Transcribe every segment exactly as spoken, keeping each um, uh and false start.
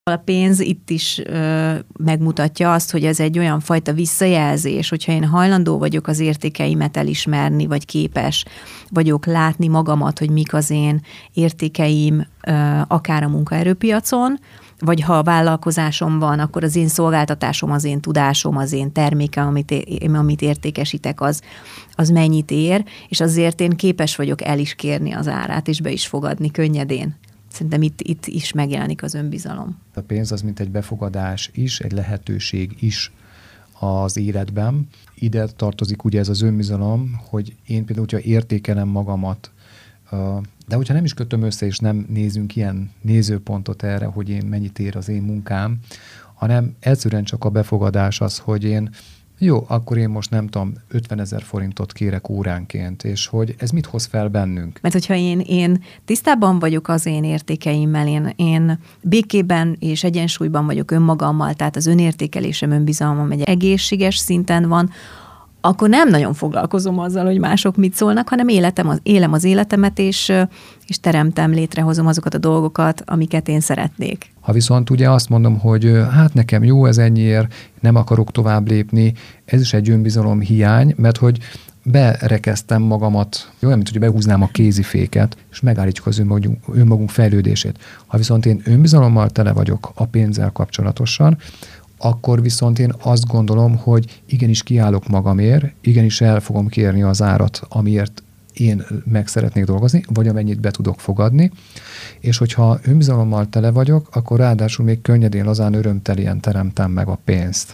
A pénz itt is ö, megmutatja azt, hogy ez egy olyan fajta visszajelzés, hogyha én hajlandó vagyok az értékeimet elismerni, vagy képes vagyok látni magamat, hogy mik az én értékeim, ö, akár a munkaerőpiacon, vagy ha a vállalkozásom van, akkor az én szolgáltatásom, az én tudásom, az én termékem, amit, é- amit értékesítek, az, az mennyit ér, és azért én képes vagyok el is kérni az árát, és be is fogadni könnyedén. Szerintem itt, itt is megjelenik az önbizalom. A pénz az mint egy befogadás is, egy lehetőség is az életben. Ide tartozik ugye ez az önbizalom, hogy én például, hogyha értékelem magamat, de hogyha nem is kötöm össze, és nem nézünk ilyen nézőpontot erre, hogy én mennyit ér az én munkám, hanem egyszerűen csak a befogadás az, hogy én jó, akkor én most nem tudom, ötvenezer forintot kérek óránként, és hogy ez mit hoz fel bennünk? Mert hogyha én, én tisztában vagyok az én értékeimmel, én, én békében és egyensúlyban vagyok önmagammal, tehát az önértékelésem, önbizalmam egy egészséges szinten van, akkor nem nagyon foglalkozom azzal, hogy mások mit szólnak, hanem életem az, élem az életemet, és, és teremtem, létrehozom azokat a dolgokat, amiket én szeretnék. Ha viszont ugye azt mondom, hogy hát nekem jó ez ennyiért, nem akarok tovább lépni, ez is egy önbizalom hiány, mert hogy berekeztem magamat, olyan, mint hogy behúznám a kéziféket, és megállítjuk az önmagunk, önmagunk fejlődését. Ha viszont én önbizalommal tele vagyok a pénzzel kapcsolatosan, akkor viszont én azt gondolom, hogy igenis kiállok magamért, igenis el fogom kérni az árat, amiért én meg szeretnék dolgozni, vagy amennyit be tudok fogadni, és hogyha önbizalommal tele vagyok, akkor ráadásul még könnyedén, lazán, örömtelien teremtem meg a pénzt.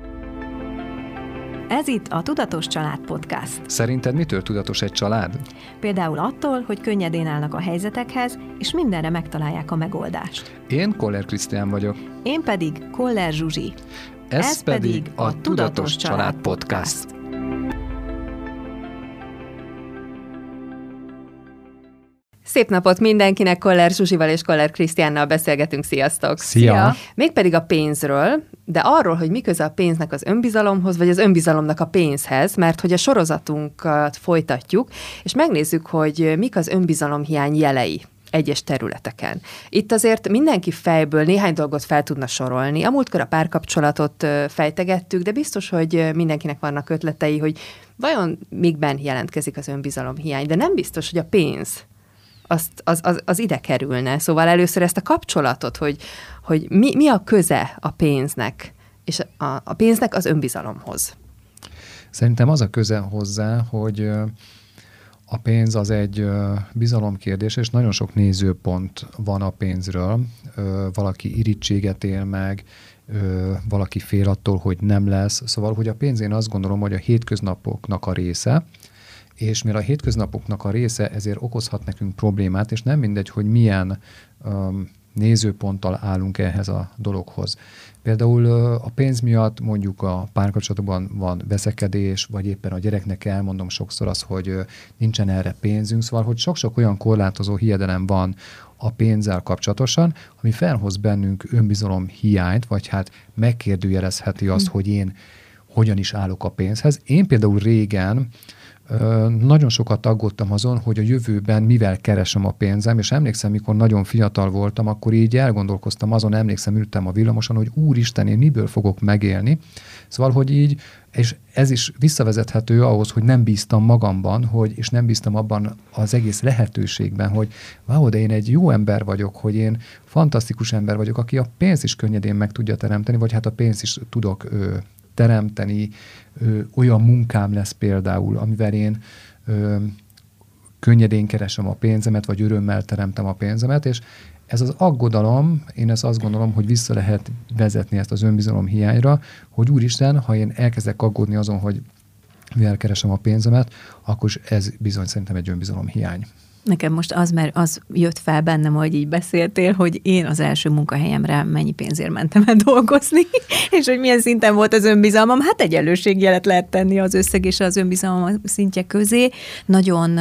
Ez itt a Tudatos Család Podcast. Szerinted mitől tudatos egy család? Például attól, hogy könnyedén állnak a helyzetekhez, és mindenre megtalálják a megoldást. Én Koller Krisztián vagyok. Én pedig Koller Zsuzsi. Ez, Ez pedig a Tudatos, Tudatos Család Podcast. Szép napot mindenkinek, Koller Zsuzsival és Koller Krisztiánnal beszélgetünk. Sziasztok! Szia! Szia. Mégpedig a pénzről, de arról, hogy mi köze a pénznek az önbizalomhoz, vagy az önbizalomnak a pénzhez, mert hogy a sorozatunkat folytatjuk, és megnézzük, hogy mik az önbizalomhiány jelei egyes területeken. Itt azért mindenki fejből néhány dolgot fel tudna sorolni. A múltkor a párkapcsolatot fejtegettük, de biztos, hogy mindenkinek vannak ötletei, hogy vajon mikben jelentkezik az önbizalomhiány, de nem biztos, hogy a pénz Az, az, az, az ide kerülne. Szóval először ezt a kapcsolatot, hogy, hogy mi, mi a köze a pénznek, és a, a pénznek az önbizalomhoz. Szerintem az a köze hozzá, hogy a pénz az egy bizalomkérdés, és nagyon sok nézőpont van a pénzről. Valaki irítséget él meg, valaki fél attól, hogy nem lesz. Szóval, hogy a pénz, én azt gondolom, hogy a hétköznapoknak a része, és mivel a hétköznapoknak a része, ezért okozhat nekünk problémát, és nem mindegy, hogy milyen um, nézőponttal állunk ehhez a dologhoz. Például uh, a pénz miatt mondjuk a párkapcsolatban van veszekedés, vagy éppen a gyereknek elmondom sokszor az, hogy uh, nincsen erre pénzünk, szóval, hogy sok-sok olyan korlátozó hiedelem van a pénzzel kapcsolatosan, ami felhoz bennünk önbizalom hiányt, vagy hát megkérdőjelezheti azt, hmm. hogy én hogyan is állok a pénzhez. Én például régen nagyon sokat aggódtam azon, hogy a jövőben mivel keresem a pénzem, és emlékszem, mikor nagyon fiatal voltam, akkor így elgondolkoztam azon, emlékszem, ültem a villamoson, hogy úristen, én miből fogok megélni. Szóval, hogy így, és ez is visszavezethető ahhoz, hogy nem bíztam magamban, hogy, és nem bíztam abban az egész lehetőségben, hogy wow, de én egy jó ember vagyok, hogy én fantasztikus ember vagyok, aki a pénzt is könnyedén meg tudja teremteni, vagy hát a pénzt is tudok ö, teremteni, ö, olyan munkám lesz például, amivel én ö, könnyedén keresem a pénzemet, vagy örömmel teremtem a pénzemet, és ez az aggodalom, én ezt azt gondolom, hogy vissza lehet vezetni ezt az önbizalom hiányra, hogy úristen, ha én elkezdek aggódni azon, hogy mivel keresem a pénzemet, akkor ez bizony szerintem egy önbizalom hiány. Nekem most az, mert az jött fel bennem, hogy így beszéltél, hogy én az első munkahelyemre mennyi pénzért mentem el dolgozni, és hogy milyen szinten volt az önbizalmam. Hát egyenlőségjelet lehet tenni az összeg és az önbizalom szintje közé. Nagyon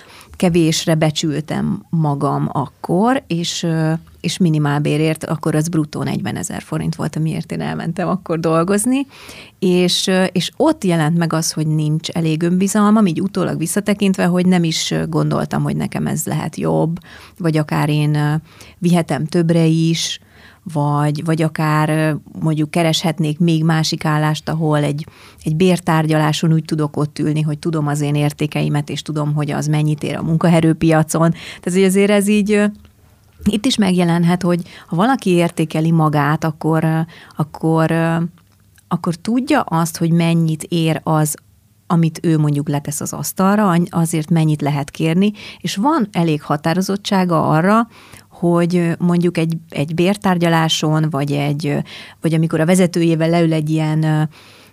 kevésre becsültem magam akkor, és, és minimálbérért, akkor az bruttó negyvenezer forint volt, amiért én elmentem akkor dolgozni, és, és ott jelent meg az, hogy nincs elég önbizalmam, így utólag visszatekintve, hogy nem is gondoltam, hogy nekem ez lehet jobb, vagy akár én vihetem többre is, vagy, vagy akár mondjuk kereshetnék még másik állást, ahol egy, egy bértárgyaláson úgy tudok ott ülni, hogy tudom az én értékeimet, és tudom, hogy az mennyit ér a munkaerőpiacon. Tehát azért ez így itt is megjelenhet, hogy ha valaki értékeli magát, akkor, akkor, akkor tudja azt, hogy mennyit ér az, amit ő mondjuk letesz az asztalra, azért mennyit lehet kérni, és van elég határozottsága arra, hogy mondjuk egy, egy bértárgyaláson, vagy, egy, vagy amikor a vezetőjével leül egy ilyen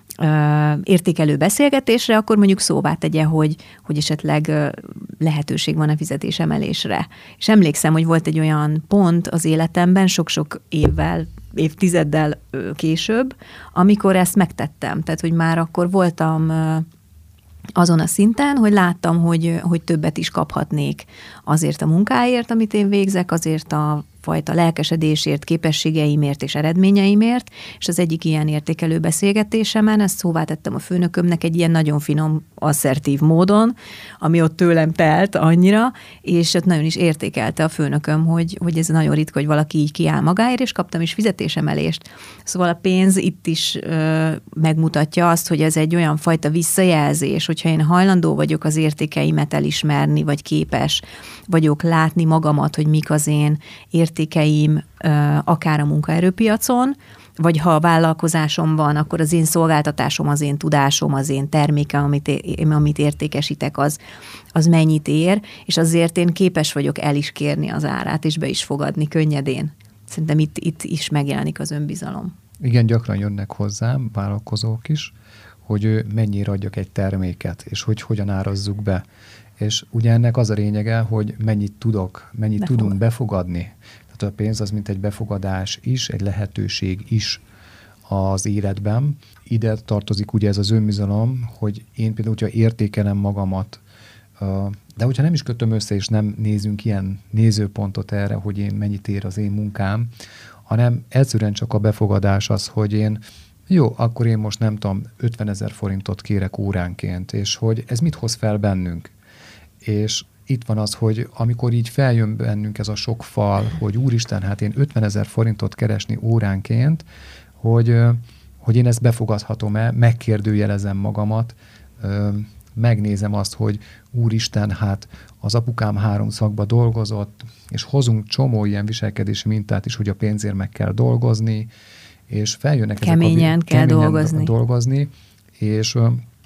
értékelő beszélgetésre, akkor mondjuk szóvá tegye, hogy, hogy esetleg lehetőség van a fizetésemelésre. És emlékszem, hogy volt egy olyan pont az életemben, sok-sok évvel, évtizeddel később, amikor ezt megtettem. Tehát, hogy már akkor voltam azon a szinten, hogy láttam, hogy, hogy többet is kaphatnék azért a munkáért, amit én végzek, azért a fajta lelkesedésért, képességeimért és eredményeimért, és az egyik ilyen értékelő beszélgetésemen ezt szóvá tettem a főnökömnek egy ilyen nagyon finom, asszertív módon, ami ott tőlem telt annyira, és ott nagyon is értékelte a főnököm, hogy, hogy ez nagyon ritka, hogy valaki így kiáll magáért, és kaptam is fizetésemelést. Szóval a pénz itt is ö, megmutatja azt, hogy ez egy olyan fajta visszajelzés, hogyha én hajlandó vagyok az értékeimet elismerni, vagy képes vagyok látni magamat, hogy mik az én értékeim akár a munkaerőpiacon, vagy ha a vállalkozásom van, akkor az én szolgáltatásom, az én tudásom, az én termékem, amit, én, amit értékesítek, az, az mennyit ér, és azért én képes vagyok el is kérni az árát, és be is fogadni könnyedén. Szerintem itt, itt is megjelenik az önbizalom. Igen, gyakran jönnek hozzám vállalkozók is, hogy mennyire adjak egy terméket, és hogy hogyan árazzuk be. És ugye ennek az a lényege, hogy mennyit tudok, mennyit Befogad. tudunk befogadni. Tehát a pénz az mint egy befogadás is, egy lehetőség is az életben. Ide tartozik ugye ez az önbizalom, hogy én például, hogyha értékelem magamat, de hogyha nem is kötöm össze, és nem nézünk ilyen nézőpontot erre, hogy én mennyit ér az én munkám, hanem egyszerűen csak a befogadás az, hogy én jó, akkor én most nem tudom, ötvenezer forintot kérek óránként, és hogy ez mit hoz fel bennünk. És itt van az, hogy amikor így feljön bennünk ez a sok fal, hogy úristen, hát én ötvenezer forintot keresni óránként, hogy, hogy én ezt befogadhatom-e, megkérdőjelezem magamat, megnézem azt, hogy úristen, hát az apukám három szakba dolgozott, és hozunk csomó ilyen viselkedési mintát is, hogy a pénzért meg kell dolgozni, és feljönnek keményen ezek a, kell keményen dolgozni. dolgozni, és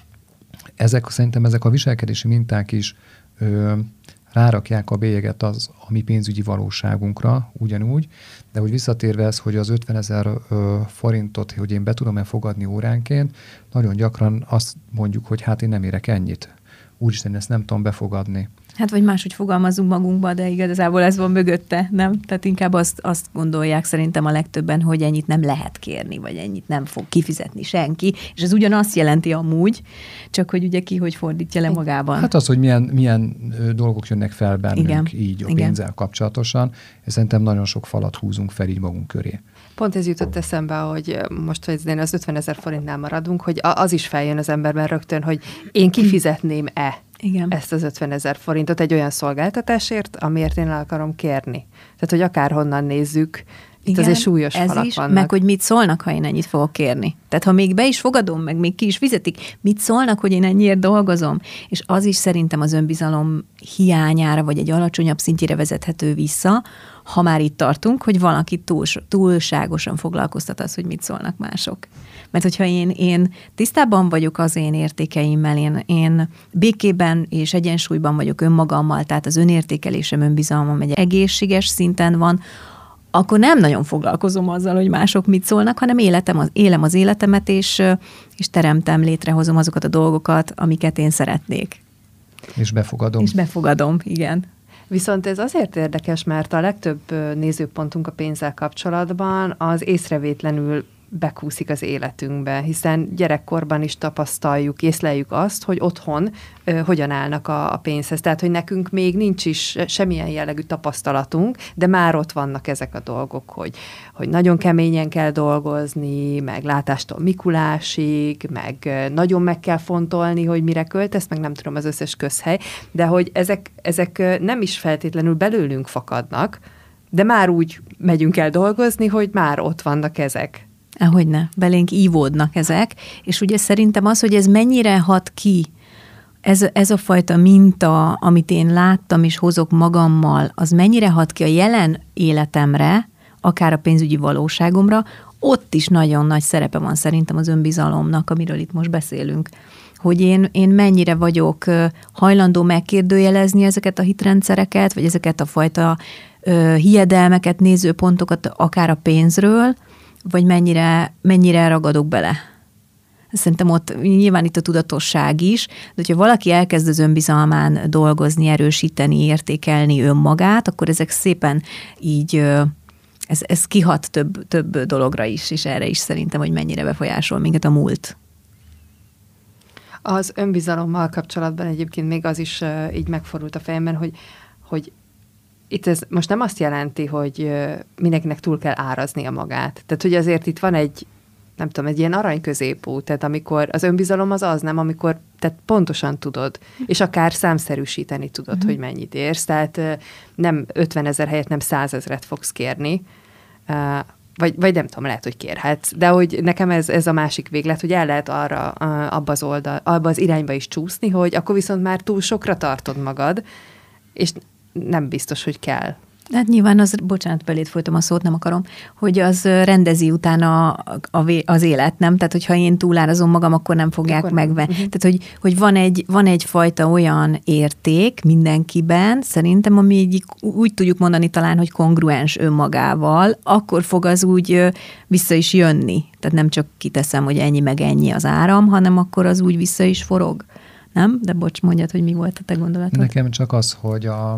ezek szerintem ezek a viselkedési minták is ö, rárakják a bélyeget az a mi pénzügyi valóságunkra, ugyanúgy, de hogy visszatérve ez, hogy az ötvenezer forintot, hogy én be tudom-e fogadni óránként, nagyon gyakran azt mondjuk, hogy hát én nem érek ennyit. Úristen, ezt nem tudom befogadni. Hát vagy máshogy fogalmazunk magunkba, de igazából ez van mögötte, nem? Tehát inkább azt, azt gondolják szerintem a legtöbben, hogy ennyit nem lehet kérni, vagy ennyit nem fog kifizetni senki, és ez ugyanazt jelenti amúgy, csak hogy ugye ki hogy fordítja le magában. Hát az, hogy milyen, milyen dolgok jönnek fel bennünk Igen. így a Igen. pénzzel kapcsolatosan, és szerintem nagyon sok falat húzunk fel így magunk köré. Pont ez jutott eszembe, hogy most, hogy az ötvenezer forintnál maradunk, hogy az is feljön az emberben rögtön, hogy én kifizetném-e Igen. ezt az ötvenezer forintot egy olyan szolgáltatásért, amiért én el akarom kérni. Tehát, hogy akárhonnan nézzük, itt Igen, azért súlyos ez falak is, vannak. meg hogy mit szólnak, ha én ennyit fogok kérni. Tehát ha még be is fogadom, meg még ki is fizetik, mit szólnak, hogy én ennyiért dolgozom? És az is szerintem az önbizalom hiányára, vagy egy alacsonyabb szintjére vezethető vissza, ha már itt tartunk, hogy valaki túl, túlságosan foglalkoztat az, hogy mit szólnak mások. Mert hogyha én, én tisztában vagyok az én értékeimmel, én, én békében és egyensúlyban vagyok önmagammal, tehát az önértékelésem, önbizalmam egy egészséges szinten van, akkor nem nagyon foglalkozom azzal, hogy mások mit szólnak, hanem életem az, élem az életemet, és, és teremtem, létrehozom azokat a dolgokat, amiket én szeretnék. És befogadom. És befogadom, igen. Viszont ez azért érdekes, mert a legtöbb nézőpontunk a pénzzel kapcsolatban az észrevétlenül bekúszik az életünkbe, hiszen gyerekkorban is tapasztaljuk, észleljük azt, hogy otthon ö, hogyan állnak a, a pénzhez. Tehát, hogy nekünk még nincs is semmilyen jellegű tapasztalatunk, de már ott vannak ezek a dolgok, hogy, hogy nagyon keményen kell dolgozni, meg látástól Mikulásig, meg nagyon meg kell fontolni, hogy mire költesz, meg nem tudom, az összes közhely, de hogy ezek, ezek nem is feltétlenül belőlünk fakadnak, de már úgy megyünk el dolgozni, hogy már ott vannak ezek. Ahogyne, belénk ívódnak ezek, és ugye szerintem az, hogy ez mennyire hat ki, ez, ez a fajta minta, amit én láttam és hozok magammal, az mennyire hat ki a jelen életemre, akár a pénzügyi valóságomra, ott is nagyon nagy szerepe van szerintem az önbizalomnak, amiről itt most beszélünk. Hogy én, én mennyire vagyok hajlandó megkérdőjelezni ezeket a hitrendszereket, vagy ezeket a fajta ö, hiedelmeket, nézőpontokat akár a pénzről, vagy mennyire, mennyire ragadok bele. Szerintem ott nyilván itt a tudatosság is, de hogyha valaki elkezd az önbizalmán dolgozni, erősíteni, értékelni önmagát, akkor ezek szépen így, ez, ez kihat több, több dologra is, és erre is szerintem, hogy mennyire befolyásol minket a múlt. Az önbizalommal kapcsolatban egyébként még az is uh, így megfordult a fejemben, hogy, hogy itt ez most nem azt jelenti, hogy uh, mindenkinek túl kell áraznia magát. Tehát, hogy azért itt van egy, nem tudom, egy ilyen arany középút, tehát amikor az önbizalom az az, nem, amikor tehát pontosan tudod, és akár számszerűsíteni tudod, mm-hmm. hogy mennyit érsz, tehát uh, nem ötvenezer helyett nem százezret fogsz kérni, uh, Vagy, vagy nem tudom, lehet, hogy kérhetsz. De hogy nekem ez, ez a másik véglet, hogy el lehet arra, abba az oldal, abba az irányba is csúszni, hogy akkor viszont már túl sokra tartod magad, és nem biztos, hogy kell. Hát nyilván az, bocsánat, belét folytom a szót, nem akarom, hogy az rendezi utána a, az élet, nem? Tehát, hogyha én túlárazom magam, akkor nem fogják megvenni. Uh-huh. Tehát, hogy, hogy van, egy, van egyfajta olyan érték mindenkiben, szerintem, ami így, úgy tudjuk mondani talán, hogy kongruens önmagával, akkor fog az úgy vissza is jönni. Tehát nem csak kiteszem, hogy ennyi meg ennyi az áram, hanem akkor az úgy vissza is forog. Nem? De bocs, mondjad, hogy mi volt a te gondolatod. Nekem csak az, hogy a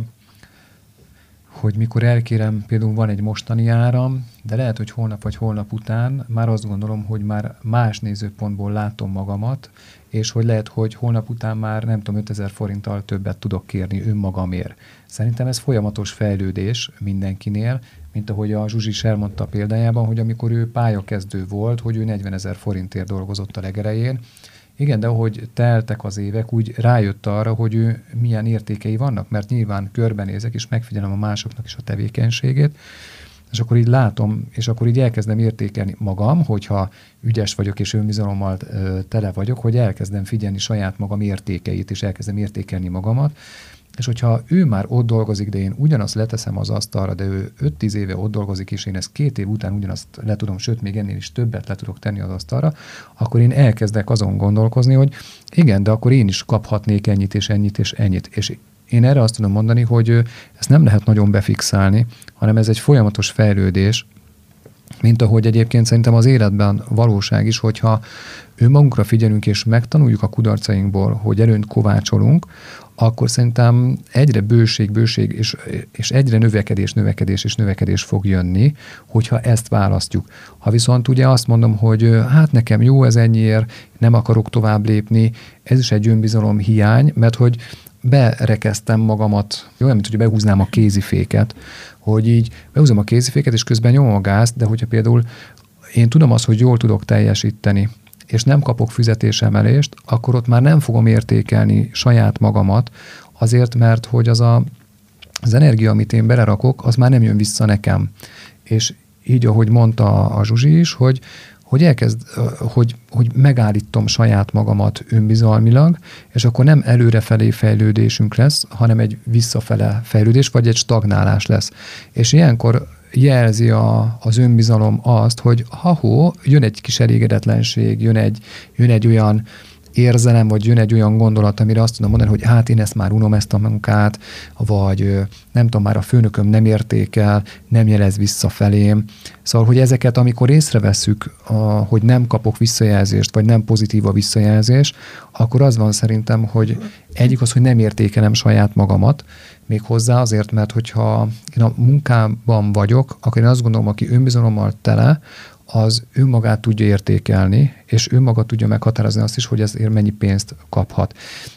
hogy mikor elkérem, például van egy mostani áram, de lehet, hogy holnap vagy holnap után már azt gondolom, hogy már más nézőpontból látom magamat, és hogy lehet, hogy holnap után már nem tudom, ötezer forinttal többet tudok kérni önmagamért. Szerintem ez folyamatos fejlődés mindenkinél, mint ahogy a Zsuzsi is elmondta a példájában, hogy amikor ő pályakezdő volt, hogy ő negyvenezer forintért dolgozott a legelején. Igen, de ahogy teltek az évek, úgy rájött arra, hogy ő milyen értékei vannak, mert nyilván körbenézek, és megfigyelem a másoknak is a tevékenységét, és akkor így látom, és akkor így elkezdem értékelni magam, hogyha ügyes vagyok, és önbizalommal tele vagyok, hogy elkezdem figyelni saját magam értékeit, és elkezdem értékelni magamat, és hogyha ő már ott dolgozik, de én ugyanazt leteszem az asztalra, de ő öt-tíz éve ott dolgozik, és én ezt két év után ugyanazt le tudom, sőt, még ennél is többet le tudok tenni az asztalra, akkor én elkezdek azon gondolkozni, hogy igen, de akkor én is kaphatnék ennyit, és ennyit, és ennyit. És én erre azt tudom mondani, hogy ezt nem lehet nagyon befixálni, hanem ez egy folyamatos fejlődés, mint ahogy egyébként szerintem az életben valóság is, hogyha önmagunkra figyelünk, és megtanuljuk a kudarcainkból, hogy előnyt kovácsolunk, akkor szerintem egyre bőség, bőség, és, és egyre növekedés, növekedés és növekedés fog jönni, hogyha ezt választjuk. Ha viszont ugye azt mondom, hogy hát nekem jó ez ennyiért, nem akarok tovább lépni, ez is egy önbizalom hiány, mert hogy berekeztem magamat, olyan, mint hogy behúznám a kéziféket, hogy így behúzom a kéziféket, és közben nyomom a gázt, de hogyha például én tudom azt, hogy jól tudok teljesíteni, és nem kapok fizetésemelést, akkor ott már nem fogom értékelni saját magamat, azért, mert hogy az a, az energia, amit én belerakok, az már nem jön vissza nekem. És így, ahogy mondta a Zsuzsi is, hogy, hogy elkezd, hogy, hogy megállítom saját magamat önbizalmilag, és akkor nem előrefelé fejlődésünk lesz, hanem egy visszafele fejlődés, vagy egy stagnálás lesz. És ilyenkor jelzi a, az önbizalom azt, hogy ha-hó, jön egy kis elégedetlenség, jön egy, jön egy olyan érzelem, vagy jön egy olyan gondolat, amire azt tudom mondani, hogy hát én ezt már unom, ezt a munkát, vagy nem tudom, már a főnököm nem értékel, nem jelez vissza felém. Szóval, hogy ezeket, amikor észrevesszük, a, hogy nem kapok visszajelzést, vagy nem pozitív a visszajelzés, akkor az van szerintem, hogy egyik az, hogy nem értékelem saját magamat, még hozzá azért, mert hogyha én a munkában vagyok, akkor én azt gondolom, aki önbizalommal tele, az önmagát tudja értékelni, és önmaga tudja meghatározni azt is, hogy ezért mennyi pénzt kaphat.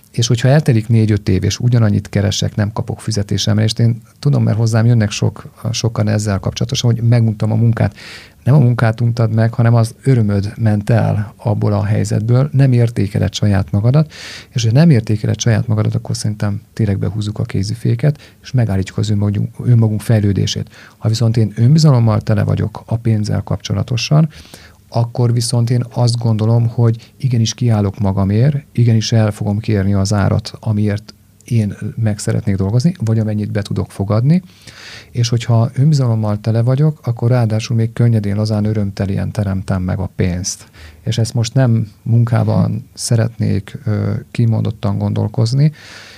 és hogyha eltelik négy-öt év, és ugyanannyit keresek, nem kapok fizetésemelést, én tudom, mert hozzám jönnek sok, sokan ezzel kapcsolatosan, hogy megmutatom a munkát. Nem a munkát untad meg, hanem az örömöd ment el abból a helyzetből, nem értékeled saját magadat, és ha nem értékeled saját magadat, akkor szerintem tényleg behúzzuk a kéziféket, és megállítjuk az önmagunk, önmagunk fejlődését. Ha viszont én önbizalommal tele vagyok a pénzzel kapcsolatosan, akkor viszont én azt gondolom, hogy igenis kiállok magamért, igenis el fogom kérni az árat, amiért én meg szeretnék dolgozni, vagy amennyit be tudok fogadni, és hogyha önbizalommal tele vagyok, akkor ráadásul még könnyedén, lazán, örömtelien teremtem meg a pénzt. És ezt most nem munkában szeretnék ö, kimondottan gondolkozni,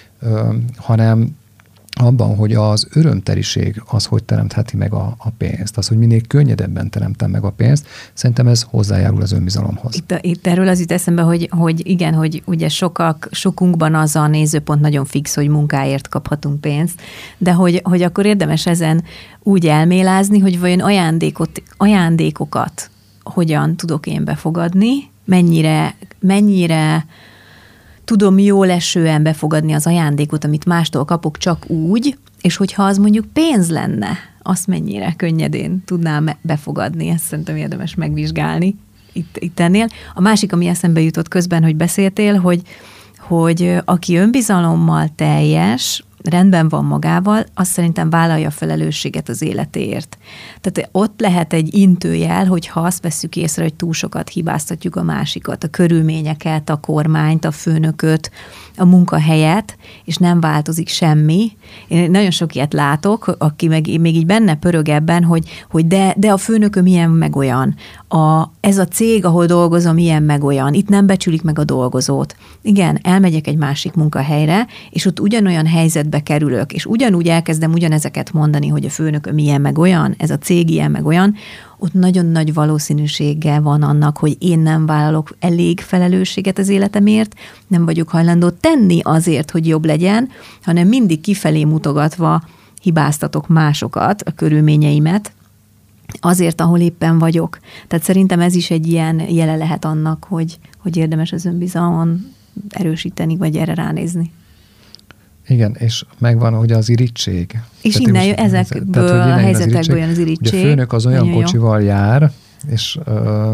ö, hanem abban, hogy az örömteliség az, hogy teremtheti meg a, a pénzt. Az, hogy minél könnyedebben teremtem meg a pénzt, szerintem ez hozzájárul az önbizalomhoz. Itt, itt erről az jut eszembe, hogy, hogy igen, hogy ugye sokak, sokunkban az a nézőpont nagyon fix, hogy munkáért kaphatunk pénzt, de hogy, hogy akkor érdemes ezen úgy elmélázni, hogy vajon ajándékot, ajándékokat hogyan tudok én befogadni, mennyire, mennyire tudom jól esően befogadni az ajándékot, amit mástól kapok csak úgy, és hogyha az mondjuk pénz lenne, azt mennyire könnyedén tudnám befogadni, ezt szerintem érdemes megvizsgálni itt, itt ennél. A másik, ami eszembe jutott közben, hogy beszéltél, hogy, hogy aki önbizalommal teljes, rendben van magával, azt szerintem vállalja a felelősséget az életéért. Tehát ott lehet egy intőjel, hogyha azt vesszük észre, hogy túl sokat hibáztatjuk a másikat, a körülményeket, a kormányt, a főnököt, a munkahelyet, és nem változik semmi. Én nagyon sok ilyet látok, aki meg még így benne pörög ebben, hogy, hogy de, de a főnököm ilyen meg olyan. A, ez a cég, ahol dolgozom, ilyen meg olyan. Itt nem becsülik meg a dolgozót. Igen, elmegyek egy másik munkahelyre, és ott ugyanolyan helyzetbe kerülök, és ugyanúgy elkezdem ugyanezeket mondani, hogy a főnököm ilyen meg olyan, ez a cég ilyen meg olyan, ott nagyon nagy valószínűséggel van annak, hogy én nem vállalok elég felelősséget az életemért, nem vagyok hajlandó tenni azért, hogy jobb legyen, hanem mindig kifelé mutogatva hibáztatok másokat, a körülményeimet, azért, ahol éppen vagyok. Tehát szerintem ez is egy ilyen jele lehet annak, hogy, hogy érdemes az önbizalmon erősíteni, vagy erre ránézni. Igen, és megvan ugye az irítség. És tehát innen jön ezekből tehát, a helyzetekből jön az irítség. Ugye a főnök az olyan kocsival jár, és uh,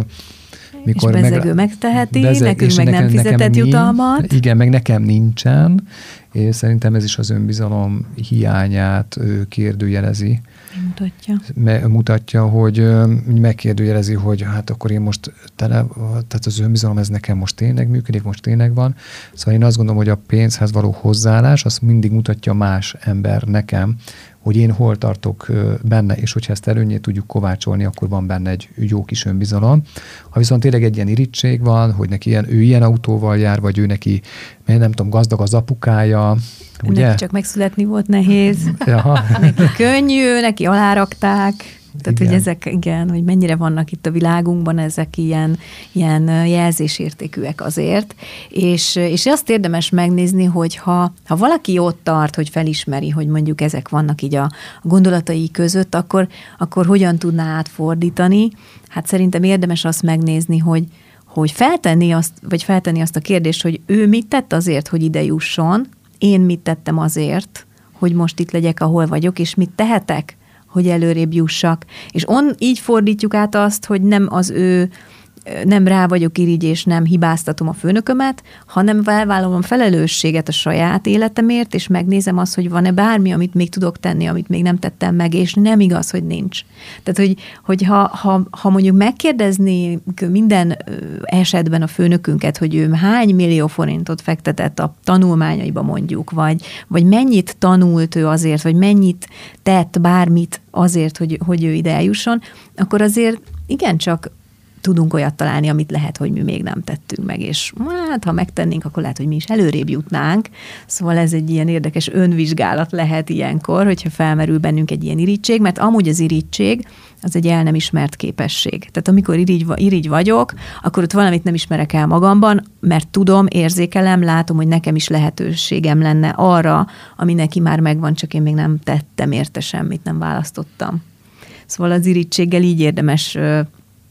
mikor és bezegő meg, megteheti, bezeg, nekünk meg nekem, nem fizetett nekem jutalmat. Nincs, igen, meg nekem nincsen, és szerintem ez is az önbizalom hiányát kérdőjelezi. Mutatja. Mutatja, hogy megkérdőjelezi, hogy hát akkor én most tele, tehát az önbizalom ez nekem most tényleg működik, most tényleg van. Szóval én azt gondolom, hogy a pénzhez való hozzáállás, az mindig mutatja más ember nekem, hogy én hol tartok benne, és hogyha ezt előnyét tudjuk kovácsolni, akkor van benne egy jó kis önbizalom. Ha viszont tényleg egy ilyen irítség van, hogy neki ilyen, ő ilyen autóval jár, vagy ő neki, nem tudom, gazdag az apukája, ugye? Neki csak megszületni volt nehéz, Jaha. neki könnyű, neki alárakták. Tehát, igen. hogy ezek, igen, hogy mennyire vannak itt a világunkban ezek ilyen, ilyen jelzésértékűek azért. És, és azt érdemes megnézni, hogy ha, ha valaki ott tart, hogy felismeri, hogy mondjuk ezek vannak így a gondolatai között, akkor, akkor hogyan tudná átfordítani? Hát szerintem érdemes azt megnézni, hogy, hogy feltenni azt, vagy feltenni azt a kérdést, hogy ő mit tett azért, hogy ide jusson, én mit tettem azért, hogy most itt legyek, ahol vagyok, és mit tehetek, hogy előrébb jussak. És on, így fordítjuk át azt, hogy nem az ő, nem rá vagyok irigy, és nem hibáztatom a főnökömet, hanem felvállalom felelősséget a saját életemért, és megnézem azt, hogy van-e bármi, amit még tudok tenni, amit még nem tettem meg, és nem igaz, hogy nincs. Tehát, hogy, hogy ha, ha, ha mondjuk megkérdezni minden esetben a főnökünket, hogy ő hány millió forintot fektetett a tanulmányaiba mondjuk, vagy, vagy mennyit tanult ő azért, vagy mennyit tett bármit azért, hogy, hogy ő ide eljusson, akkor azért igencsak tudunk olyat találni, amit lehet, hogy mi még nem tettünk meg, és hát, ha megtennénk, akkor lehet, hogy mi is előrébb jutnánk. Szóval ez egy ilyen érdekes önvizsgálat lehet ilyenkor, hogyha felmerül bennünk egy ilyen irigység, mert amúgy az irigység az egy el nem ismert képesség. Tehát amikor irigy, irigy vagyok, akkor ott valamit nem ismerek el magamban, mert tudom, érzékelem, látom, hogy nekem is lehetőségem lenne arra, ami neki már megvan, csak én még nem tettem érte semmit, nem választottam. Szóval az irigységgel így érdemes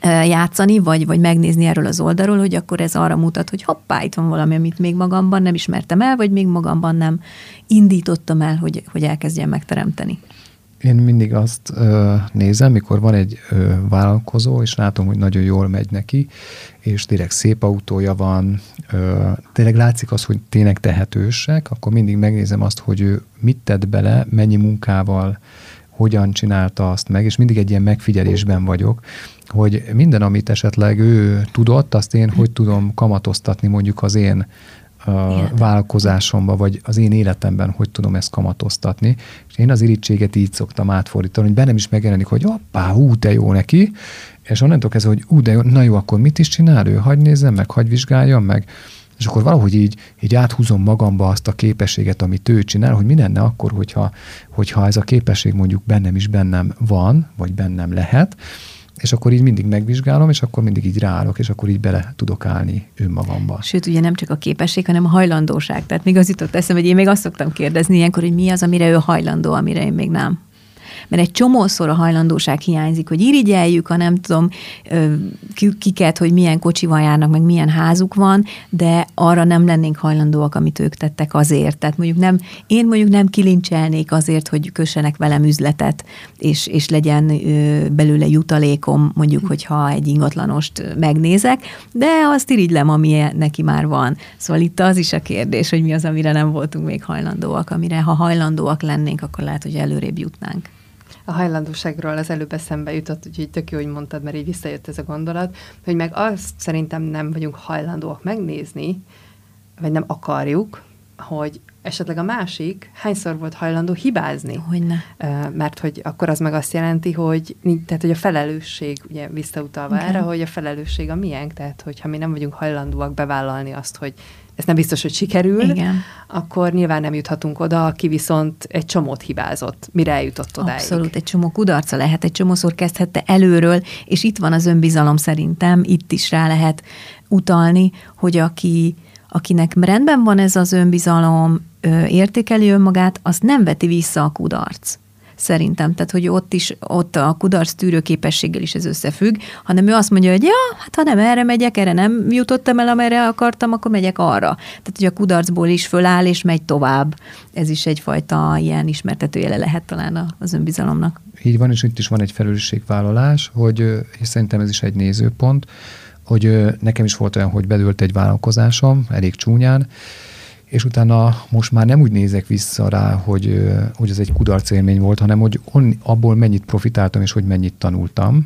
játszani, vagy, vagy megnézni erről az oldalról, hogy akkor ez arra mutat, hogy hoppá, itt van valami, amit még magamban nem ismertem el, vagy még magamban nem indítottam el, hogy, hogy elkezdjem megteremteni. Én mindig azt ö, nézem, mikor van egy ö, vállalkozó, és látom, hogy nagyon jól megy neki, és tényleg szép autója van, ö, tényleg látszik az, hogy tényleg tehetősek, akkor mindig megnézem azt, hogy ő mit tett bele, mennyi munkával, hogyan csinálta azt meg, és mindig egy ilyen megfigyelésben vagyok, hogy minden, amit esetleg ő tudott, azt én hogy tudom kamatoztatni mondjuk az én a vállalkozásomba, vagy az én életemben, hogy tudom ezt kamatoztatni. És én az irítséget így szoktam átfordítani, hogy bennem is megjelenik, hogy hoppá, hú, de jó neki, és onnantól kezdve, hogy ú, de jó, na jó, akkor mit is csinál ő? Hagy nézzem meg, hagy vizsgáljam meg. És akkor valahogy így, így áthúzom magamba azt a képességet, amit ő csinál, hogy mi lenne akkor, hogyha, hogyha ez a képesség mondjuk bennem is bennem van, vagy bennem lehet, és akkor így mindig megvizsgálom, és akkor mindig így ráállok, és akkor így bele tudok állni önmagamba. Sőt, ugye nem csak a képesség, hanem a hajlandóság. Tehát még az jutott eszembe, hogy én még azt szoktam kérdezni ilyenkor, hogy mi az, amire ő hajlandó, amire én még nem. Mert egy csomószor a hajlandóság hiányzik, hogy irigyeljük, ha nem tudom kiket, hogy milyen kocsival járnak, meg milyen házuk van, de arra nem lennénk hajlandóak, amit ők tettek azért. Tehát mondjuk nem, én mondjuk nem kilincselnék azért, hogy kössenek velem üzletet, és, és legyen belőle jutalékom, mondjuk, hogyha egy ingatlanost megnézek, de azt irigylem, ami neki már van. Szóval itt az is a kérdés, hogy mi az, amire nem voltunk még hajlandóak, amire ha hajlandóak lennénk, akkor lehet, hogy előrébb jutnánk. A hajlandóságról az előbb eszembe jutott, úgyhogy tök jó, hogy mondtad, mert így visszajött ez a gondolat, hogy meg azt szerintem nem vagyunk hajlandóak megnézni, vagy nem akarjuk, hogy esetleg a másik hányszor volt hajlandó hibázni. Hogyne. Mert hogy akkor az meg azt jelenti, hogy, tehát, hogy a felelősség, ugye visszautalva okay. erre, hogy a felelősség a miénk, tehát hogyha mi nem vagyunk hajlandóak bevállalni azt, hogy ez nem biztos, hogy sikerül, igen. akkor nyilván nem juthatunk oda, aki viszont egy csomót hibázott, mire eljutott odáig. Abszolút, egy csomó kudarca lehet, egy csomószor kezdhette előről, és itt van az önbizalom szerintem, itt is rá lehet utalni, hogy aki, akinek rendben van ez az önbizalom, értékeli önmagát, azt nem veti vissza a kudarc. Szerintem, tehát, hogy ott is, ott a kudarc tűrőképességgel is ez összefügg, hanem ő azt mondja, hogy ja, hát ha nem erre megyek, erre nem jutottam el, amerre akartam, akkor megyek arra. Tehát, hogy a kudarcból is föláll, és megy tovább. Ez is egyfajta ilyen ismertetőjele lehet talán az önbizalomnak. Így van, és itt is van egy felelősségvállalás, hogy, és szerintem ez is egy nézőpont, hogy nekem is volt olyan, hogy bedőlt egy vállalkozásom, elég csúnyán, és utána most már nem úgy nézek vissza rá, hogy, hogy ez egy kudarc élmény volt, hanem hogy on, abból mennyit profitáltam, és hogy mennyit tanultam.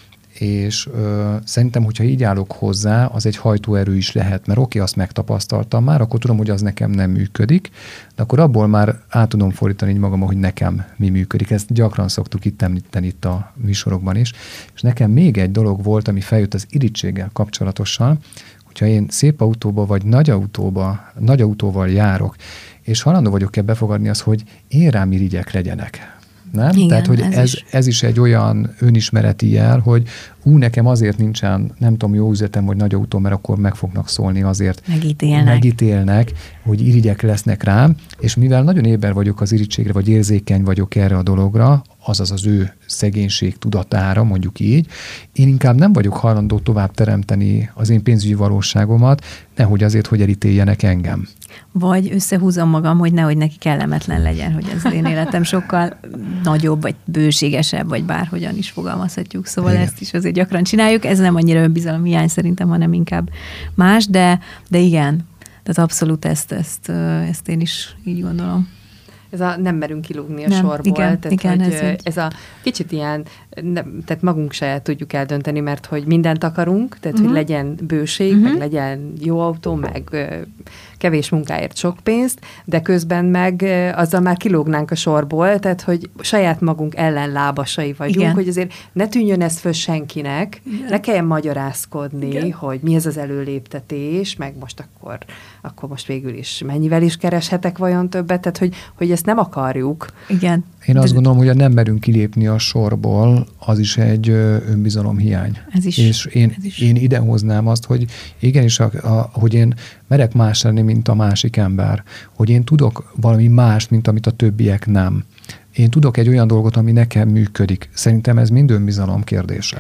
És ö, szerintem, hogyha így állok hozzá, az egy hajtóerő is lehet, mert oké, azt megtapasztaltam már, akkor tudom, hogy az nekem nem működik, de akkor abból már át tudom fordítani így magam, hogy nekem mi működik. Ezt gyakran szoktuk itt említeni itt a műsorokban is. És nekem még egy dolog volt, ami feljött az irítséggel kapcsolatosan, hogyha én szép autóba vagy nagy autóba, nagy autóval járok, és hajlandó vagyok-e befogadni azt, hogy én rám irigyek legyenek. Nem? Igen, Tehát, hogy ez, ez, is. ez is egy olyan önismereti jel, hogy ú, nekem azért nincsen, nem tudom, jó üzletem, vagy nagy autó, mert akkor meg fognak szólni azért. Megítélnek. Megítélnek, hogy irigyek lesznek rám, és mivel nagyon éber vagyok az irigységre, vagy érzékeny vagyok erre a dologra, azaz az ő szegénység tudatára, mondjuk így, én inkább nem vagyok hajlandó tovább teremteni az én pénzügyi valóságomat, nehogy azért, hogy elítéljenek engem. Vagy összehúzom magam, hogy nehogy neki kellemetlen legyen, hogy az én életem sokkal nagyobb, vagy bőségesebb, vagy bárhogyan is fogalmazhatjuk. Szóval igen. Ezt is azért gyakran csináljuk. Ez nem annyira önbizalom hiány szerintem, hanem inkább más, de, de igen. Tehát abszolút ezt, ezt, ezt én is így gondolom. Ez a nem merünk kilúgni a nem, sorból. Igen, tehát, igen, hogy ez, ez a kicsit ilyen, nem, tehát magunk se tudjuk eldönteni, mert hogy mindent akarunk, tehát uh-huh. hogy legyen bőség, uh-huh. meg legyen jó autó, meg kevés munkáért sok pénzt, de közben meg azzal már kilógnánk a sorból, tehát hogy saját magunk ellenlábasai vagyunk, igen. hogy azért ne tűnjön ez föl senkinek, igen. ne kelljen magyarázkodni, igen. hogy mi ez az előléptetés, meg most akkor, akkor most végül is mennyivel is kereshetek vajon többet, tehát hogy, hogy ezt nem akarjuk. Igen. Én azt gondolom, hogy a nem merünk kilépni a sorból, az is egy önbizalom hiány. Ez is. És én, ez is. én idehoznám azt, hogy igenis, a, a, hogy én merek más lenni, mint a másik ember. Hogy én tudok valami mást, mint amit a többiek nem. Én tudok egy olyan dolgot, ami nekem működik. Szerintem ez mind önbizalom kérdése.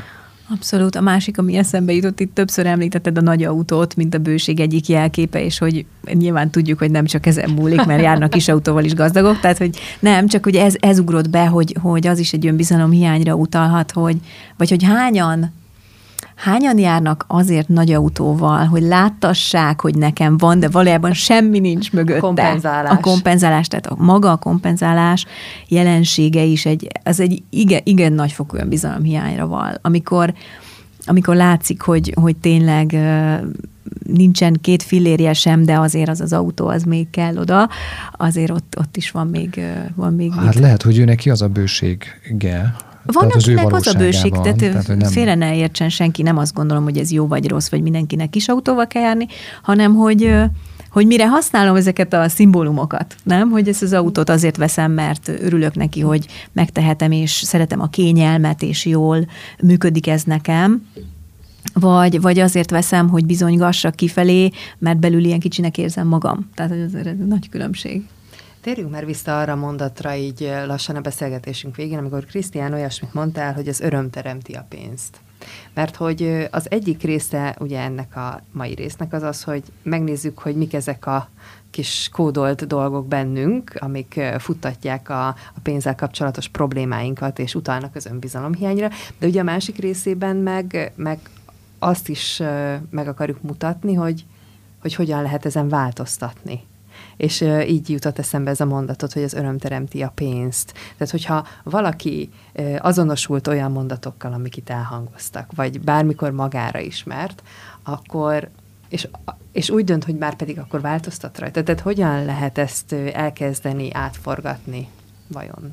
Abszolút. A másik, ami eszembe jutott, itt többször említetted a nagy autót, mint a bőség egyik jelképe, és hogy nyilván tudjuk, hogy nem csak ezen múlik, mert járnak kis autóval is gazdagok, tehát hogy nem, csak hogy ez, ez ugrott be, hogy, hogy az is egy önbizalom hiányra utalhat, hogy, vagy hogy hányan Hányan járnak azért nagy autóval, hogy láttassák, hogy nekem van, de valójában semmi nincs mögötte. Kompenzálás. A kompenzálás, tehát a maga a kompenzálás jelensége is egy, az egy igen, igen nagyfokú önbizalomhiányra val. Amikor, amikor látszik, hogy, hogy tényleg nincsen két fillérje sem, de azért az az autó, az még kell oda, azért ott, ott is van még, van még Hát mit. lehet, hogy ő neki az a bősége. Van, az akinek az a bőség, tehát, tehát nem... félre ne értsen senki, nem azt gondolom, hogy ez jó vagy rossz, vagy mindenkinek kis autóval kell járni, hanem hogy, hogy mire használom ezeket a szimbólumokat, nem? Hogy ezt az autót azért veszem, mert örülök neki, hogy megtehetem, és szeretem a kényelmet, és jól működik ez nekem, vagy, vagy azért veszem, hogy bizonygassak kifelé, mert belül ilyen kicsinek érzem magam. Tehát ez egy nagy különbség. Térjünk már vissza arra a mondatra így lassan a beszélgetésünk végén, amikor Krisztián olyasmit mondtál, hogy az öröm teremti a pénzt. Mert hogy az egyik része ugye ennek a mai résznek az az, hogy megnézzük, hogy mik ezek a kis kódolt dolgok bennünk, amik futtatják a, a pénzzel kapcsolatos problémáinkat, és utalnak az önbizalomhiányra. De ugye a másik részében meg, meg azt is meg akarjuk mutatni, hogy, hogy hogyan lehet ezen változtatni. És uh, így jutott eszembe ez a mondatot, hogy az öröm teremti a pénzt. Tehát, hogyha valaki uh, azonosult olyan mondatokkal, amik itt elhangoztak, vagy bármikor magára ismert, akkor, és, és úgy dönt, hogy már pedig akkor változtat rajta. Tehát hogyan lehet ezt uh, elkezdeni, átforgatni vajon?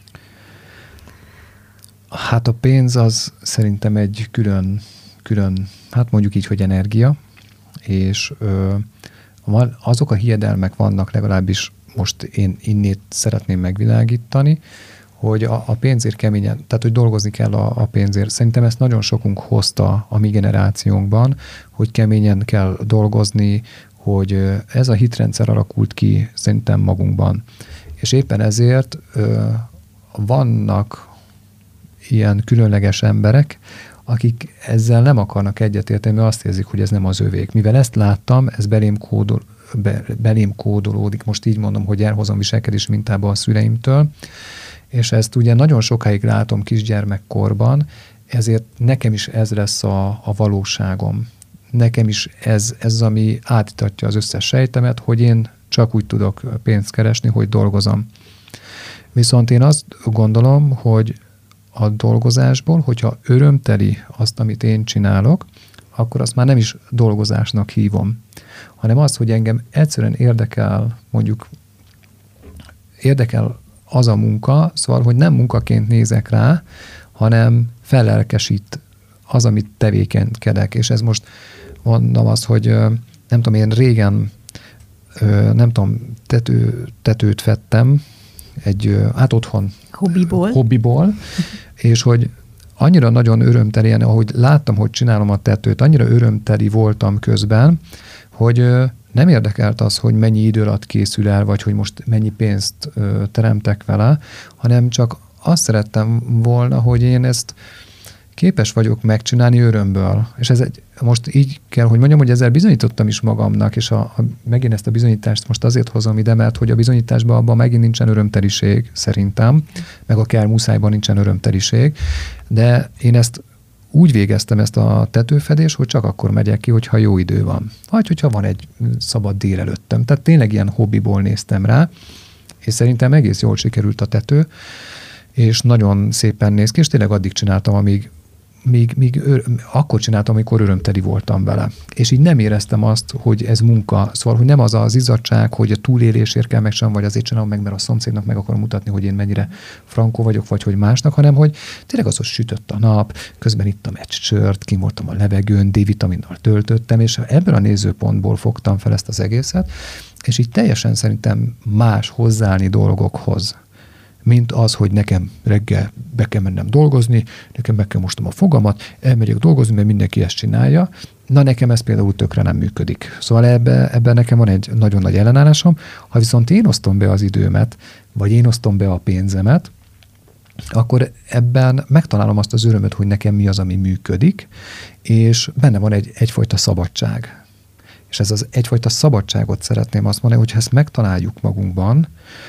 Hát a pénz az szerintem egy külön, külön hát mondjuk így, hogy energia, és ö, van, azok a hiedelmek vannak, legalábbis most én innét szeretném megvilágítani, hogy a, a pénzért keményen, tehát hogy dolgozni kell a, a pénzért. Szerintem ezt nagyon sokunk hozta a mi generációnkban, hogy keményen kell dolgozni, hogy ez a hitrendszer alakult ki szerintem magunkban. És éppen ezért ö, vannak ilyen különleges emberek, akik ezzel nem akarnak egyetérteni, mert azt érzik, hogy ez nem az övék. Mivel ezt láttam, ez belém, kódol, be, belém kódolódik, most így mondom, hogy elhozom viselkedés mintába a szüleimtől, és ezt ugye nagyon sokáig látom kisgyermekkorban, ezért nekem is ez lesz a, a valóságom. Nekem is ez, ez, ami átítatja az összes sejtemet, hogy én csak úgy tudok pénzt keresni, hogy dolgozom. Viszont én azt gondolom, hogy a dolgozásból, hogyha örömteli azt, amit én csinálok, akkor azt már nem is dolgozásnak hívom, hanem az, hogy engem egyszerűen érdekel, mondjuk érdekel az a munka, szóval, hogy nem munkaként nézek rá, hanem fellelkesít az, amit tevékenykedek. És ez most mondom azt, hogy nem tudom, én régen nem tudom, tető, tetőt fettem, egy, hát otthon hobbiból, hobbiból és hogy annyira nagyon örömtelien, ahogy láttam, hogy csinálom a tetőt, annyira örömteli voltam közben, hogy nem érdekelt az, hogy mennyi idő alatt készül el, vagy hogy most mennyi pénzt teremtek vele, hanem csak azt szerettem volna, hogy én ezt képes vagyok megcsinálni örömből. És ez egy, most így kell, hogy mondjam, hogy ezzel bizonyítottam is magamnak, és a, a, megint ezt a bizonyítást most azért hozom ide, mert hogy a bizonyításban abban megint nincsen örömteliség, szerintem, meg a kell muszájban nincsen örömteliség, de én ezt úgy végeztem ezt a tetőfedést, hogy csak akkor megyek ki, hogyha jó idő van. Vagy hogyha van egy szabad délelőttem. Tehát tényleg ilyen hobbiból néztem rá, és szerintem egész jól sikerült a tető, és nagyon szépen néz ki, és tényleg addig csináltam, amíg Míg, míg ör, akkor csináltam, amikor örömteli voltam vele. És így nem éreztem azt, hogy ez munka. Szóval, hogy nem az az izzadság, hogy a túlélésért kell megcsinálnom, vagy azért csinálom meg, mert a szomszédnak meg akarom mutatni, hogy én mennyire frankó vagyok, vagy hogy másnak, hanem hogy tényleg az, hogy sütött a nap, közben ittam egy sört, kim voltam a levegőn, D-vitaminnal töltöttem, és ebből a nézőpontból fogtam fel ezt az egészet, és így teljesen szerintem más hozzáállni dolgokhoz, mint az, hogy nekem reggel be kell mennem dolgozni, nekem meg kell mostom a fogamat, elmegyek dolgozni, mert mindenki ezt csinálja. Na, nekem ez például tökre nem működik. Szóval ebben ebbe nekem van egy nagyon nagy ellenállásom. Ha viszont én osztom be az időmet, vagy én osztom be a pénzemet, akkor ebben megtalálom azt az örömöt, hogy nekem mi az, ami működik, és benne van egy, egyfajta szabadság. És ez az egyfajta szabadságot szeretném azt mondani, hogy ha ezt megtaláljuk magunkban,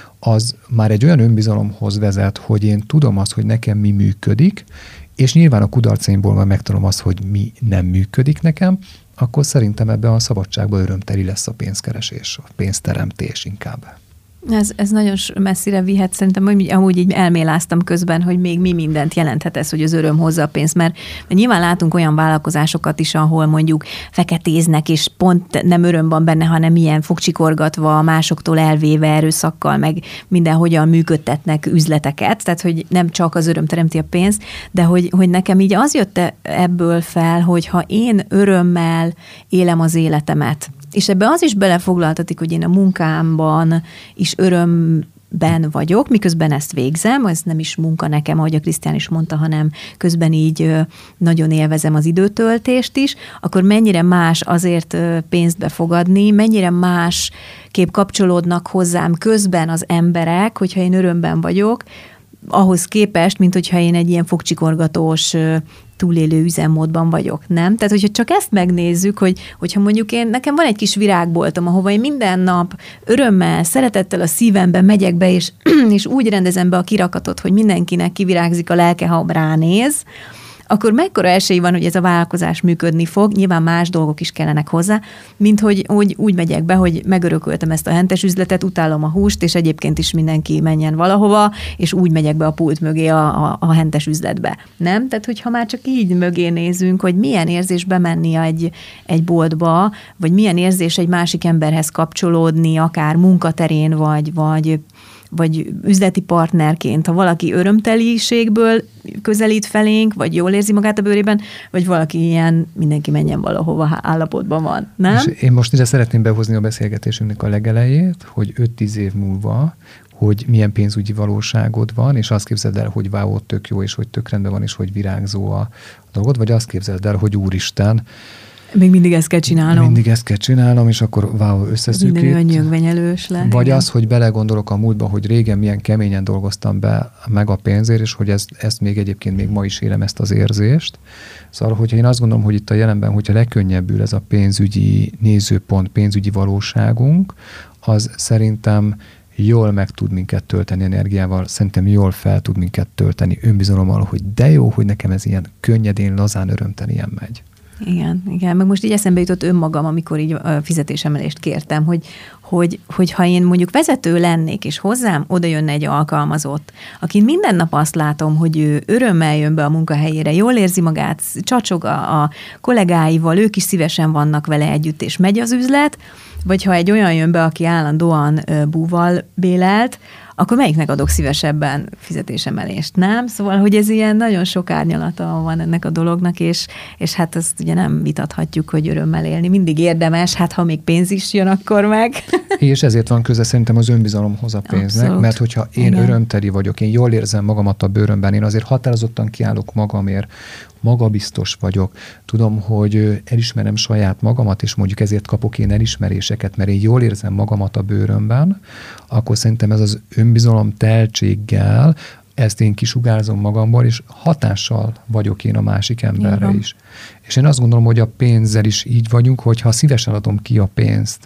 az már egy olyan önbizalomhoz vezet, hogy én tudom azt, hogy nekem mi működik, és nyilván a kudarcaimból már megtanulom azt, hogy mi nem működik nekem, akkor szerintem ebben a szabadságban örömteli lesz a pénzkeresés, a pénzteremtés inkább. Ez, ez nagyon messzire vihet, szerintem, hogy amúgy így elméláztam közben, hogy még mi mindent jelenthet ez, hogy az öröm hozza a pénzt, mert, mert nyilván látunk olyan vállalkozásokat is, ahol mondjuk feketéznek, és pont nem öröm van benne, hanem ilyen fogcsikorgatva, másoktól elvéve erőszakkal, meg mindenhogyan működtetnek üzleteket, tehát hogy nem csak az öröm teremti a pénzt, de hogy, hogy nekem így az jött ebből fel, hogy ha én örömmel élem az életemet, és ebbe az is belefoglaltatik, hogy én a munkámban is örömben vagyok, miközben ezt végzem, ez nem is munka nekem, ahogy a Krisztián is mondta, hanem közben így nagyon élvezem az időtöltést is, akkor mennyire más azért pénzt befogadni, mennyire más kép kapcsolódnak hozzám közben az emberek, hogyha én örömben vagyok, ahhoz képest, mint hogyha én egy ilyen fogcsikorgatós túlélő üzemmódban vagyok, nem? Tehát, hogyha csak ezt megnézzük, hogy, hogyha mondjuk én, nekem van egy kis virágboltom, ahova én minden nap örömmel, szeretettel a szívemben megyek be, és, és úgy rendezem be a kirakatot, hogy mindenkinek kivirágzik a lelke, ha ránéz, akkor mekkora esély van, hogy ez a vállalkozás működni fog, nyilván más dolgok is kellenek hozzá, mint hogy, hogy úgy megyek be, hogy megörököltem ezt a hentes üzletet, utálom a húst, és egyébként is mindenki menjen valahova, és úgy megyek be a pult mögé a, a, a hentes üzletbe. Nem? Tehát, hogyha már csak így mögé nézünk, hogy milyen érzés bemenni egy, egy boltba, vagy milyen érzés egy másik emberhez kapcsolódni, akár munkaterén, vagy, vagy vagy üzleti partnerként, ha valaki örömteliségből közelít felénk, vagy jól érzi magát a bőrében, vagy valaki ilyen mindenki menjen valahova állapotban van, nem? És én most ide szeretném behozni a beszélgetésünknek a legelejét, hogy öt-tíz év múlva, hogy milyen pénzügyi valóságod van, és azt képzeld el, hogy wow, tök jó, és hogy tök rendben van, és hogy virágzó a dolgod, vagy azt képzeld el, hogy úristen, még mindig ezt kell csinálnom. Mindig ezt kell csinálnom, és akkor wow, összeszűkít. Minden olyan nyögvenyelős le. Vagy igen. az, hogy belegondolok a múltba, hogy régen milyen keményen dolgoztam be meg a pénzért, és hogy ezt, ezt még egyébként még ma is élem, ezt az érzést. Szóval, hogyha én azt gondolom, hogy itt a jelenben, hogyha legkönnyebbül ez a pénzügyi nézőpont, pénzügyi valóságunk, az szerintem jól meg tud minket tölteni energiával, szerintem jól fel tud minket tölteni önbizalommal, hogy de jó, hogy nekem ez ilyen könnyedén, lazán, örömtelien megy. Igen, igen. Meg most így eszembe jutott önmagam, amikor így fizetésemelést kértem, hogy, hogy, hogy ha én mondjuk vezető lennék, és hozzám oda jönne egy alkalmazott, akin minden nap azt látom, hogy ő örömmel jön be a munkahelyére, jól érzi magát, csacsog a, a kollégáival, ők is szívesen vannak vele együtt, és megy az üzlet, vagy ha egy olyan jön be, aki állandóan búval bélelt, akkor melyiknek adok szívesebben fizetésemelést, nem? Szóval, hogy ez ilyen nagyon sok árnyalata van ennek a dolognak, és, és hát azt ugye nem vitathatjuk, hogy örömmel élni. Mindig érdemes, hát ha még pénz is jön, akkor meg. És ezért van köze szerintem az önbizalomhoz a pénznek, Abszolút. Mert hogyha én Igen. örömteli vagyok, én jól érzem magamat a bőrömben, én azért határozottan kiállok magamért, magabiztos vagyok, tudom, hogy elismerem saját magamat, és mondjuk ezért kapok én elismeréseket, mert én jól érzem magamat a bőrömben, akkor szerintem ez az önbizalom teltséggel, ezt én kisugárzom magamból, és hatással vagyok én a másik emberre Igen. is. És én azt gondolom, hogy a pénzzel is így vagyunk, hogy ha szívesen adom ki a pénzt,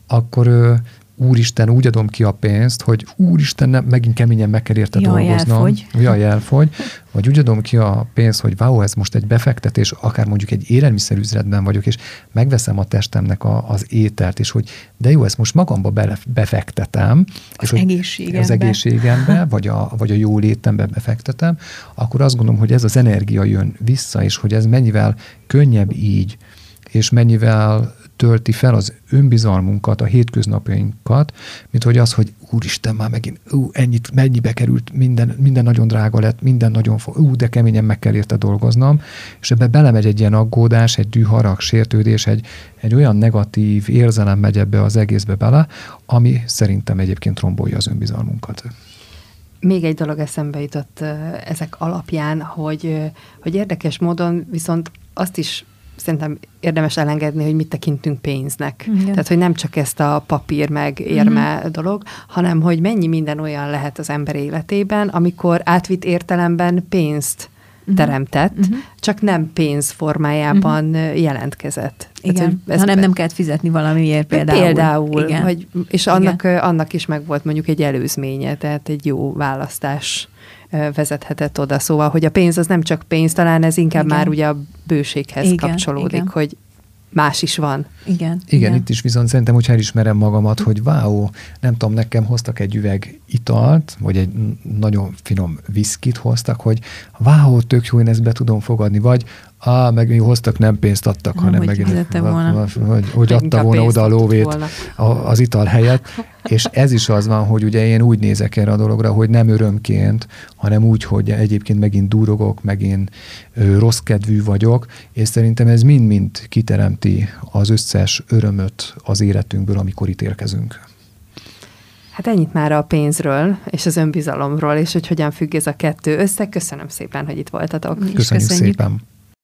akkor úristen, úgy adom ki a pénzt, hogy úristen, nem, megint keményen meg kell érte Jaj, dolgoznom. Elfogy. Jaj, elfogy. Vagy úgy adom ki a pénzt, hogy wow, ez most egy befektetés, akár mondjuk egy élelmiszerüzletben vagyok, és megveszem a testemnek a, az ételt, és hogy de jó, ezt most magamba bele, befektetem. Az és egészségembe. Az egészségembe, vagy a, vagy a jólétembe befektetem, akkor azt gondolom, hogy ez az energia jön vissza, és hogy ez mennyivel könnyebb így, és mennyivel tölti fel az önbizalmunkat, a hétköznapjainkat, mint hogy az, hogy úristen, már megint, ú, ennyit, mennyibe került, minden, minden nagyon drága lett, minden nagyon, ú, de keményen meg kell érte dolgoznom, és ebbe belemegy egy ilyen aggódás, egy düharag, sértődés, egy, egy olyan negatív érzelem megy ebbe az egészbe bele, ami szerintem egyébként rombolja az önbizalmunkat. Még egy dolog eszembe jutott ezek alapján, hogy, hogy érdekes módon viszont azt is szerintem érdemes elengedni, hogy mit tekintünk pénznek. Igen. Tehát, hogy nem csak ezt a papír meg érme Mhm. dolog, hanem, hogy mennyi minden olyan lehet az ember életében, amikor átvitt értelemben pénzt teremtett, Mhm. csak nem pénz formájában jelentkezett. Igen, Tehát, hogy ez- hanem nem kellett fizetni valamiért például. Például, Igen. vagy, és annak, annak is meg volt mondjuk egy előzménye, tehát egy jó választás ö, vezethetett oda. Szóval, hogy a pénz az nem csak pénz, talán ez inkább Igen. már ugye a bőséghez Igen, kapcsolódik, igen. hogy más is van. Igen. Igen, itt is viszont szerintem, hogyha elismerem magamat, hogy váó, nem tudom, nekem hoztak egy üveg italt, vagy egy nagyon finom viszkit hoztak, hogy váó, tök jó, én ezt be tudom fogadni, vagy á, meg mi hoztak, nem pénzt adtak, Nem, hanem hogy megint, fizette volna. hogy, hogy adta Inkább volna pénzt oda a adott lóvét volna. a- az ital helyett, és ez is az van, hogy ugye én úgy nézek erre a dologra, hogy nem örömként, hanem úgy, hogy egyébként megint durogok, megint ö, rossz kedvű vagyok, és szerintem ez mind-mind kiteremti az összes örömöt az életünkből, amikor itt érkezünk. Hát ennyit már a pénzről és az önbizalomról, és hogy hogyan függ ez a kettő össze. Köszönöm szépen, hogy itt voltatok. Mi is Köszönjük, köszönjük. szépen!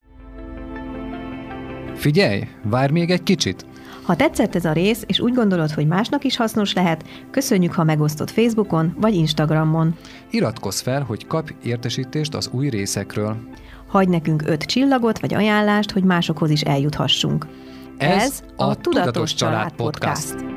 Figyelj, várj még egy kicsit! Ha tetszett ez a rész, és úgy gondolod, hogy másnak is hasznos lehet, köszönjük, ha megosztod Facebookon vagy Instagramon. Iratkozz fel, hogy kapj értesítést az új részekről. Hagyj nekünk öt csillagot vagy ajánlást, hogy másokhoz is eljuthassunk. Ez a Tudatos Család Podcast.